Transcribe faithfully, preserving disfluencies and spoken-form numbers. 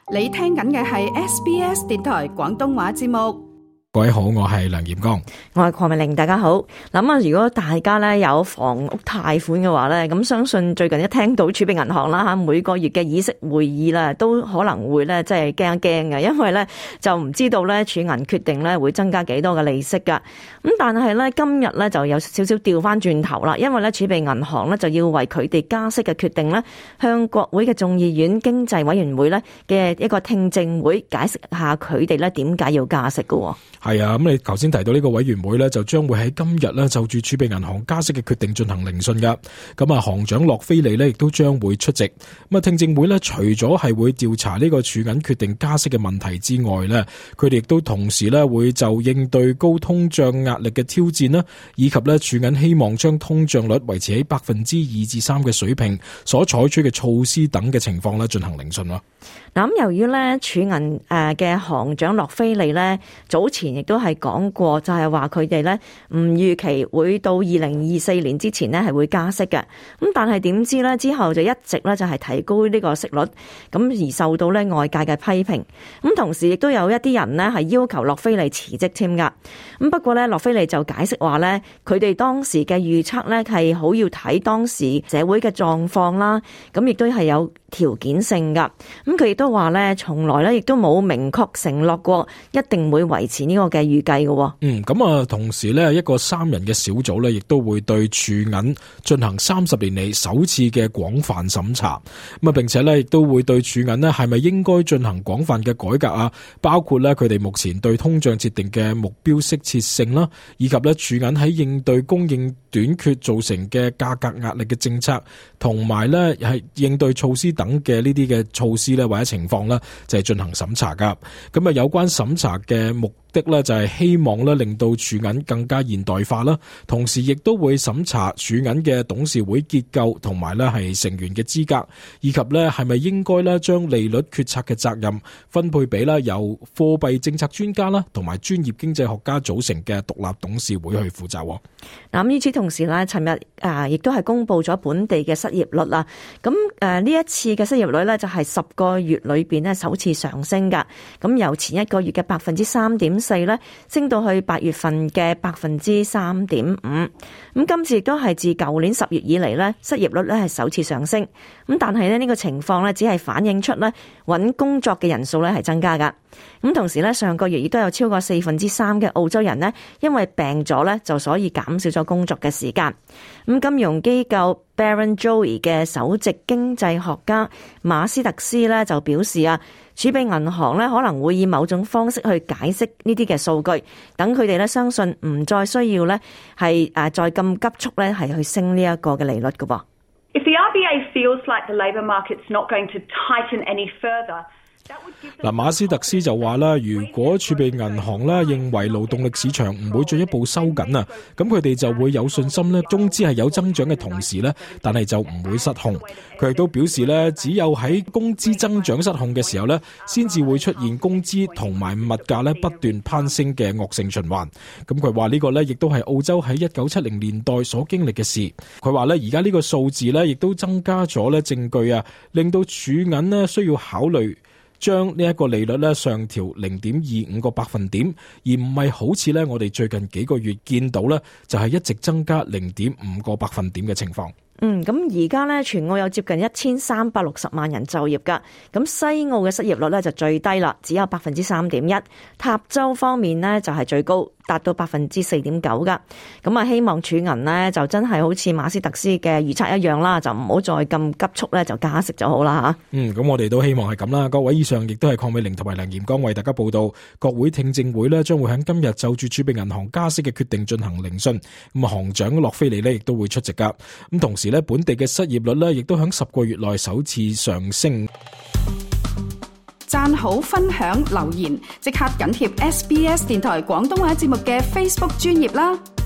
你聽緊嘅係 S B S 電台廣東話節目。 各位好，我係梁炎光， 我係鄺美玲，大家好。諗啊，如果大家咧有房屋貸款嘅話咧，咁相信最近一聽到儲備銀行啦吓，每個月嘅議息會議啦，都可能會咧即係驚一驚嘅，因為咧就唔知道咧儲銀決定咧會增加幾多嘅利息噶。咁但係咧今日咧就有少少調翻轉頭啦，因為咧儲備銀行咧就要為佢哋加息嘅決定咧，向國會嘅眾議院經濟委員會咧嘅一個聽證會解釋下佢哋咧點解要加息噶。 係啊，咁你頭先提到呢個委員會咧，就將會喺今日咧就住儲備銀行加息嘅決定進行聆訊噶。咁啊，行長洛菲利咧亦都將會出席。咁啊，聽證會咧除咗係會調查呢個儲銀決定加息嘅問題之外咧，佢哋亦都同時咧會就應對高通脹壓力嘅挑戰啦，以及咧儲銀希望將通脹率維持喺百分之二至三嘅水平所採取嘅措施等嘅情況咧進行聆訊咯。 嗱，咁由於咧儲銀誒嘅行長洛菲利咧早前亦都係講過，就係話佢哋咧唔預期會到二零二四年之前咧係會加息嘅。咁但係點知咧之後就一直咧就係提高呢個息率，咁而受到咧外界嘅批評。咁同時亦都有一啲人咧係要求洛菲利辭職添噶。咁不過咧洛菲利就解釋話咧，佢哋當時嘅預測咧係好要睇當時社會嘅狀況啦，咁亦都係有條件性噶。咁佢亦都話咧，從來咧亦都冇明確承諾過一定會維持呢個嘅預計嘅。 嗯，咁啊，同時咧，一個三人嘅小組咧，亦都會對儲銀進行三十年嚟首次嘅廣泛審查。咁啊，並且咧，亦都會對儲銀咧係咪應該進行廣泛嘅改革啊？包括咧，佢哋目前對通脹設定嘅目標適切性啦，以及咧儲銀喺應對供應短缺造成嘅價格壓力嘅政策，同埋咧係應對措施等嘅呢啲嘅措施咧，或者情況咧，就係進行審查噶。咁啊，有關審查嘅目的咧，就係希望咧令到儲銀更加現代化啦，同時亦都會審查儲銀嘅董事會結構同埋咧係成員嘅資格，以及咧係咪應該咧將利率決策嘅責任分配俾啦由貨幣政策專家啦同埋專業經濟學家組成嘅獨立董事會去負責。 嗱，咁與此同時咧，尋日誒亦都係公布咗本地嘅失業率啦。咁誒呢一次嘅失業率咧就係十個月裏邊咧首次上升噶。咁由前一個月嘅百分之三點四咧升到去八月份嘅百分之三點五。咁今次亦都係自舊年十月以嚟咧失業率咧係首次上升。咁但係咧呢個情況咧只係反映出咧搵工作嘅人數咧係增加噶。咁同時咧上個月亦都有超過四分之三嘅澳洲人呢因為病咗咧就所以減少咗工作嘅時間。咁金融機構 Barrenjoey 嘅首席經濟學家馬斯特斯咧就表示啊，儲備銀行咧可能會以某種方式去解釋呢啲嘅數據，等佢哋咧相信唔再需要咧係誒再咁急速咧係去升呢一個嘅利率㗎噃。 If the R B A feels like the labour market's not going to tighten any further, 嗱，馬斯特斯就話啦，如果儲備銀行咧認為勞動力市場唔會進一步收緊啊，咁佢哋就會有信心咧，中資係有增長嘅同時咧，但係就唔會失控。佢亦都表示咧，只有喺工資增長失控嘅時候咧，先至會出現工資同埋物價咧不斷攀升嘅惡性循環。咁佢話呢個咧亦都係澳洲喺一九七零年代所經歷嘅事。佢話咧而家呢個數字咧亦都增加咗咧證據啊，令到儲銀咧需要考慮將呢一個利率咧上調零點二五個百分點，而唔係好似咧我哋最近幾個月見到咧，就係一直增加零點五個百分點嘅情況。 嗯，咁而家咧，全澳有接近一千三百六十萬人就業噶。咁西澳嘅失業率咧就最低啦，只有百分之三點一。塔州方面呢就係最高，達到百分之四點九噶。咁啊，希望儲銀呢就真係好似馬斯特斯嘅預測一樣啦，就唔好再咁急速咧就加息就好啦吓。 嗯，咁我哋都希望係咁啦。各位，以上亦都係鄺美玲同埋梁炎光為大家報道。國會聽證會呢將會喺今日就住儲備銀行加息嘅決定進行聆訊。咁啊，行長洛菲利呢亦都會出席噶。咁同時本地嘅失業率咧，亦都喺十個月內首次上升。 讚好、分享、留言，即刻緊貼 S B S 電台廣東話節目嘅 Facebook 專頁啦！